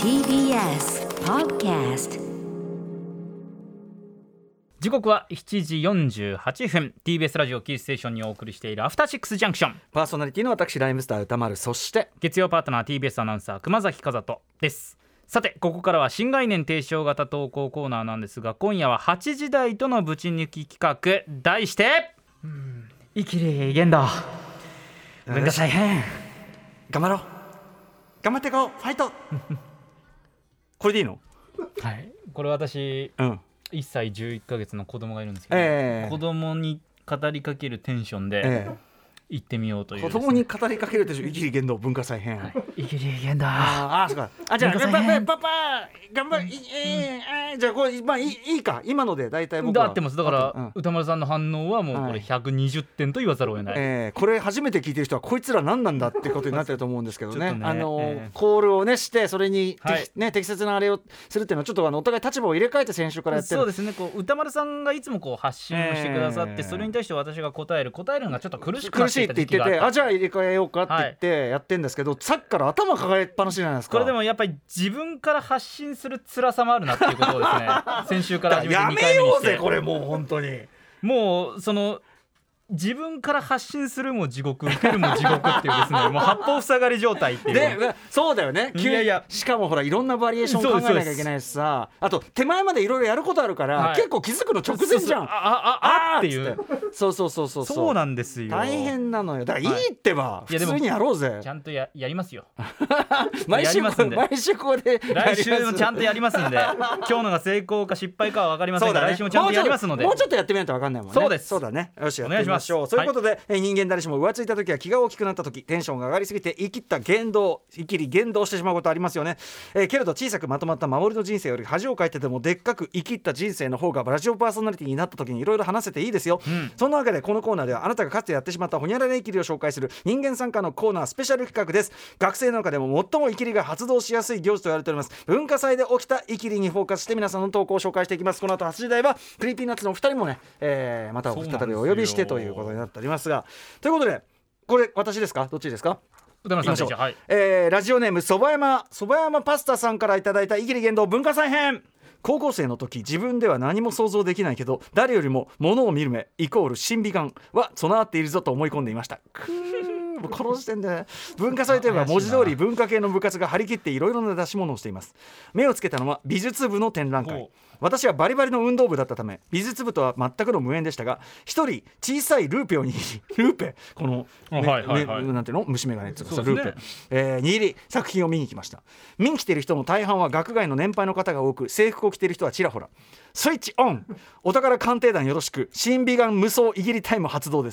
TBS Podcast。 時刻は7時48分 TBS ラジオキーステーションにお送りしているアフターシックスジャンクション、 パーソナリティの私ライムスター歌丸、そして月曜パートナー TBS アナウンサー熊崎和人です。さてここからは新概念提唱型投稿コーナーなんですが、今夜は8時台とのぶち抜き企画、題してイキリ言動文化祭編。 頑張ろう、頑張っていこう、ファイトこれでいいの？ はい、これ私、1歳11ヶ月の子供がいるんですけど、子供に語りかけるテンションで行ってみようという、 子供に語りかけるでしょ、イキリ言動文化祭編、 イキリ言動。 そうか。じゃあパパ頑張り、じゃあこれ、まあ、いいか、今ので大体僕は合ってます。だから、歌丸さんの反応はもうこれ120点と言わざるを得ない、 これ初めて聞いてる人はこいつら何なんだってことになってると思うんですけどねコールをねしてそれに、適切なあれをするっていうのはちょっとお互い立場を入れ替えて先週からやってる。 そうですね、こう歌丸さんがいつもこう発信をしてくださって、それに対して私が答えるのがちょっと苦しくなっていた時期があった。 じゃあ入れ替えようかって言ってやってんですけど、さっきから頭抱えっぱなしじゃないですか。 これでもやっぱり自分から発信する辛さもあるなっていうことをですね先週から始めて2回目にして、 やめようぜこれ、もう本当にもうその自分から発信するも地獄、受けるも地獄っていうですねもう八方塞がり状態っていうで、そうだよね。いやしかもほらいろんなバリエーション考えなきゃいけないしさ、あと手前までいろいろやることあるから、結構気づくの直前じゃん。 っていうそうなんですよ。 大変なのよ。だからいいってば、普通にやろうぜ。 ちゃんと やりますよ毎週ここで来週もちゃんとやりますんで今日のが成功か失敗かは分かりませんが、来週もちゃんとやりますので、 もうちょっとやってみないと分かんないもんね。 そうです。 そうだね。よし、 お願いします。 そういうことで、人間誰しも浮ついた時は気が大きくなった時、テンションが上がりすぎて言い切った言動、イキリ言動してしまうことありますよね。けれど小さくまとまった守りの人生より恥をかいてでもでっかく生きった人生の方がラジオパーソナリティになった時にいろいろ話せていいですよ、そんなわけでこのコーナーではあなたがかつてやってしまったホニャラライキリを紹介する人間参加のコーナースペシャル企画です。学生の中でも最もイキリが発動しやすい行事と言われております文化祭で起きたイキリにフォーカスして皆さんの投稿を紹介していきます。この後8時台はクリーピーナッツのお二人もね、また再びお呼びしてということになっておりますが、ということでこれ私ですか、どっちですか？ 歌丸さんでしょ。はい、 ラジオネームそば山パスタさんからいただいたイキリ言動文化祭編。高校生の時、自分では何も想像できないけど誰よりも物を見る目イコール審美眼は備わっているぞと思い込んでいました。この時点で文化祭といえば文字通り文化系の部活が張り切っていろいろな出し物をしています。目をつけたのは美術部の展覧会。私はバリバリの運動部だったため美術部とは全くの無縁でしたが、一人小さいルーペこの、なんていうの、虫眼鏡っていうか、ルーペ、握り作品を見に来ました。見に来ている人の大半は学外の年配の方が多く、制服を着ている人はちらほら。スイッチオン、お宝鑑定団よろしく、審美眼無双イギリタイム発動です。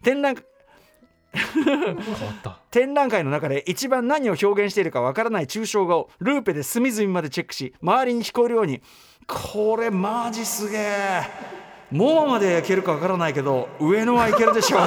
展覧会の中で一番何を表現しているかわからない抽象画をルーペで隅々までチェックし、周りに聞こえるように、これマジすげえ、もうまでいけるかわからないけど上野はいけるでしょう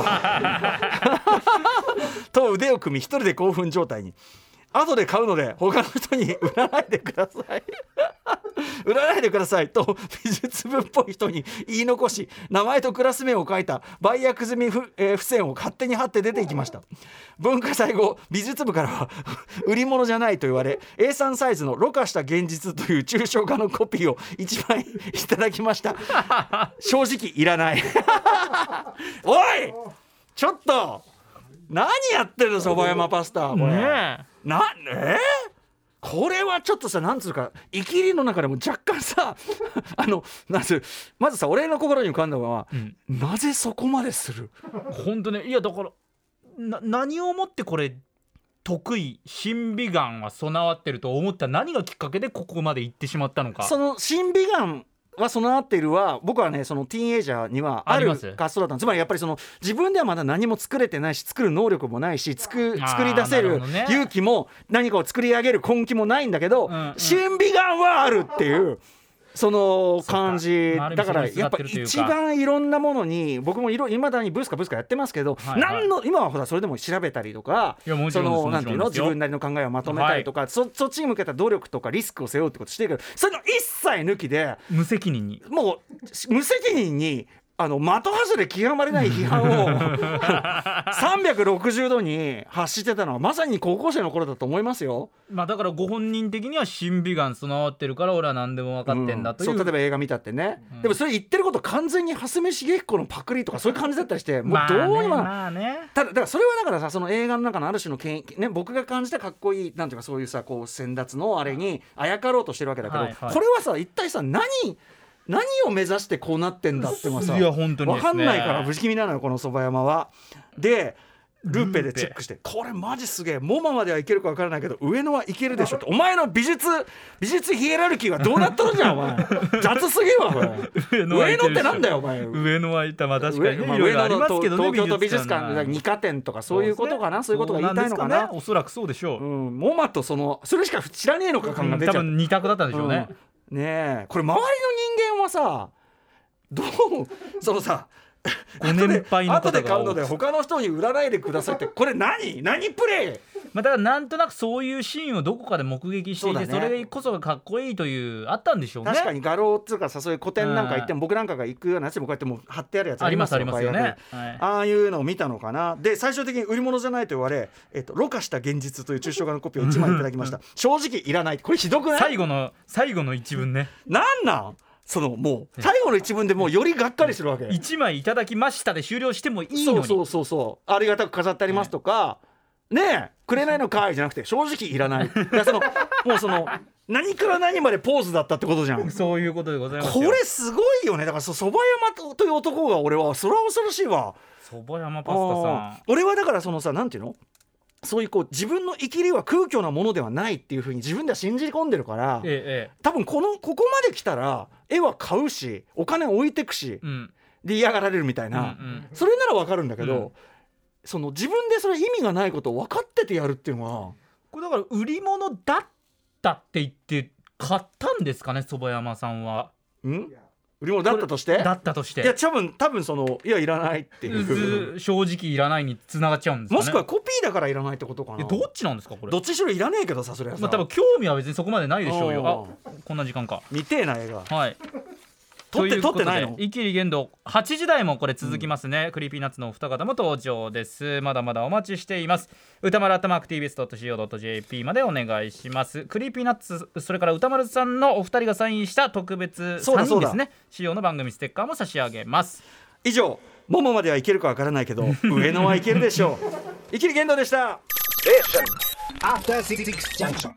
と腕を組み一人で興奮状態に。後で買うので他の人に売らないでください売らないでくださいと美術部っぽい人に言い残し、名前とクラス名を書いた売約済み付箋を勝手に貼って出ていきました。文化祭後、美術部からは売り物じゃないと言われ A3 サイズのろ過した現実という抽象画のコピーを1枚いただきました正直いらないおいちょっと何やってるの、そば山パスタこれ、これはちょっとさ、なんつうかイキリの中でも若干さまずさ、俺の心に浮かんだのは、なぜそこまでする。 本当ね、いやだから何をもってこれ得意、審美眼は備わってると思った、何がきっかけでここまで行ってしまったのか。 その審美眼は備わっているは、僕はね、そのティーンエイジャーにはある活動だった。つまりやっぱりその自分ではまだ何も作れてないし、作る能力もないし、作り出せる勇気も何かを作り上げる根気もないんだけど、審美眼はあるっていうその感じだから、やっぱ一番いろんなものに僕もいまだにブスカやってますけど、今はほらそれでも調べたりとか、そのなんていうの、自分なりの考えをまとめたりとか、そっちに向けた努力とかリスクを背負うってことしてるけど、それの一切抜きで無責任に的外れ極まれない批判を360度に発してたのはまさに高校生の頃だと思いますよ。 まあだからご本人的には審美眼備わってるから俺は何でも分かってんだという、 そう例えば映画見たってね、でもそれ言ってること完全に蓮見茂彦のパクリとかそういう感じだったりしてもうどうにも、 まあね、 だからそれはだからさその映画の中のある種のね、僕が感じたかっこいいなんていうかそういうさこう先達のあれにあやかろうとしてるわけだけど、 はいはい、 これはさ一体さ何を目指してこうなってんだってもさいや本当に分かんないから不気味なのよこの蕎麦山は。でルーペでチェックしてこれマジすげえモマまではいけるか分からないけど上野はいけるでしょってお前の美術ヒエラルキーはどうなっとるじゃんお前雑すぎるわこれ上野ってなんだよお前上野はいたまあ確かにね、 上野の東京都美術館二課展とかそういうことかな、そういうことが言いたいのかな、 おそらくそうでしょう、 モマとそれしか知らねえのか感が出ちゃう、 多分2択だったんでしょうね、 ねえこれ周りの人間はさどうそのさご年配の方が後で買うので他の人に売らないでくださいってこれ何プレイ、 まあ、だからなんとなくそういうシーンをどこかで目撃していて それこそがかっこいいというあったんでしょうね。 確かに画廊っていうかさそういう個展なんか行っても僕なんかが行くようなやつでもこうやってもう貼ってあるやつありますよね、 ああいうのを見たのかな。で最終的に売り物じゃないと言われ、ろ過した現実という抽象画のコピーを1枚いただきました正直いらない、これひどくない？ 最後の一文ね、 なんもう最後の一文でもうよりがっかりするわけ。 1枚いただきましたで終了してもいいのに、 そうありがたく飾ってありますとか、ねえくれないのかいじゃなくて正直いらないもう何から何までポーズだったってことじゃん。 そういうことでございますよ。 これすごいよね。だから蕎麦山という男が俺はそれは恐ろしいわ。 蕎麦山パスタさん、 俺はだからなんていうのそういう自分の生きりは空虚なものではないっていう風に自分では信じ込んでるから、多分ここまで来たら絵は買うしお金置いてくし、で嫌がられるみたいな、それならわかるんだけど、自分でそれ意味がないことを分かっててやるっていうのはこれだから売り物だったって言って買ったんですかね蕎麦山さんは。売り物だったとしていや多分いやいらないっていう正直いらないに繋がっちゃうんですかね。 もしくはコピーだからいらないってことかな。 どっちなんですかこれ。 どっちしろいらねえけどさそれはさ、 多分興味は別にそこまでないでしょうよ。こんな時間か。 見てえな映画。 はい撮ってないの？ イキリ言動8時台もこれ続きますね、クリーピーナッツのお二方も登場です。まだまだお待ちしています。歌丸@tbs.co.jp までお願いします。クリーピーナッツそれから歌丸さんのお二人がサインした特別3人ですね仕様の番組ステッカーも差し上げます。 以上ももまではいけるかわからないけど上野はいけるでしょうイキリ言動でした。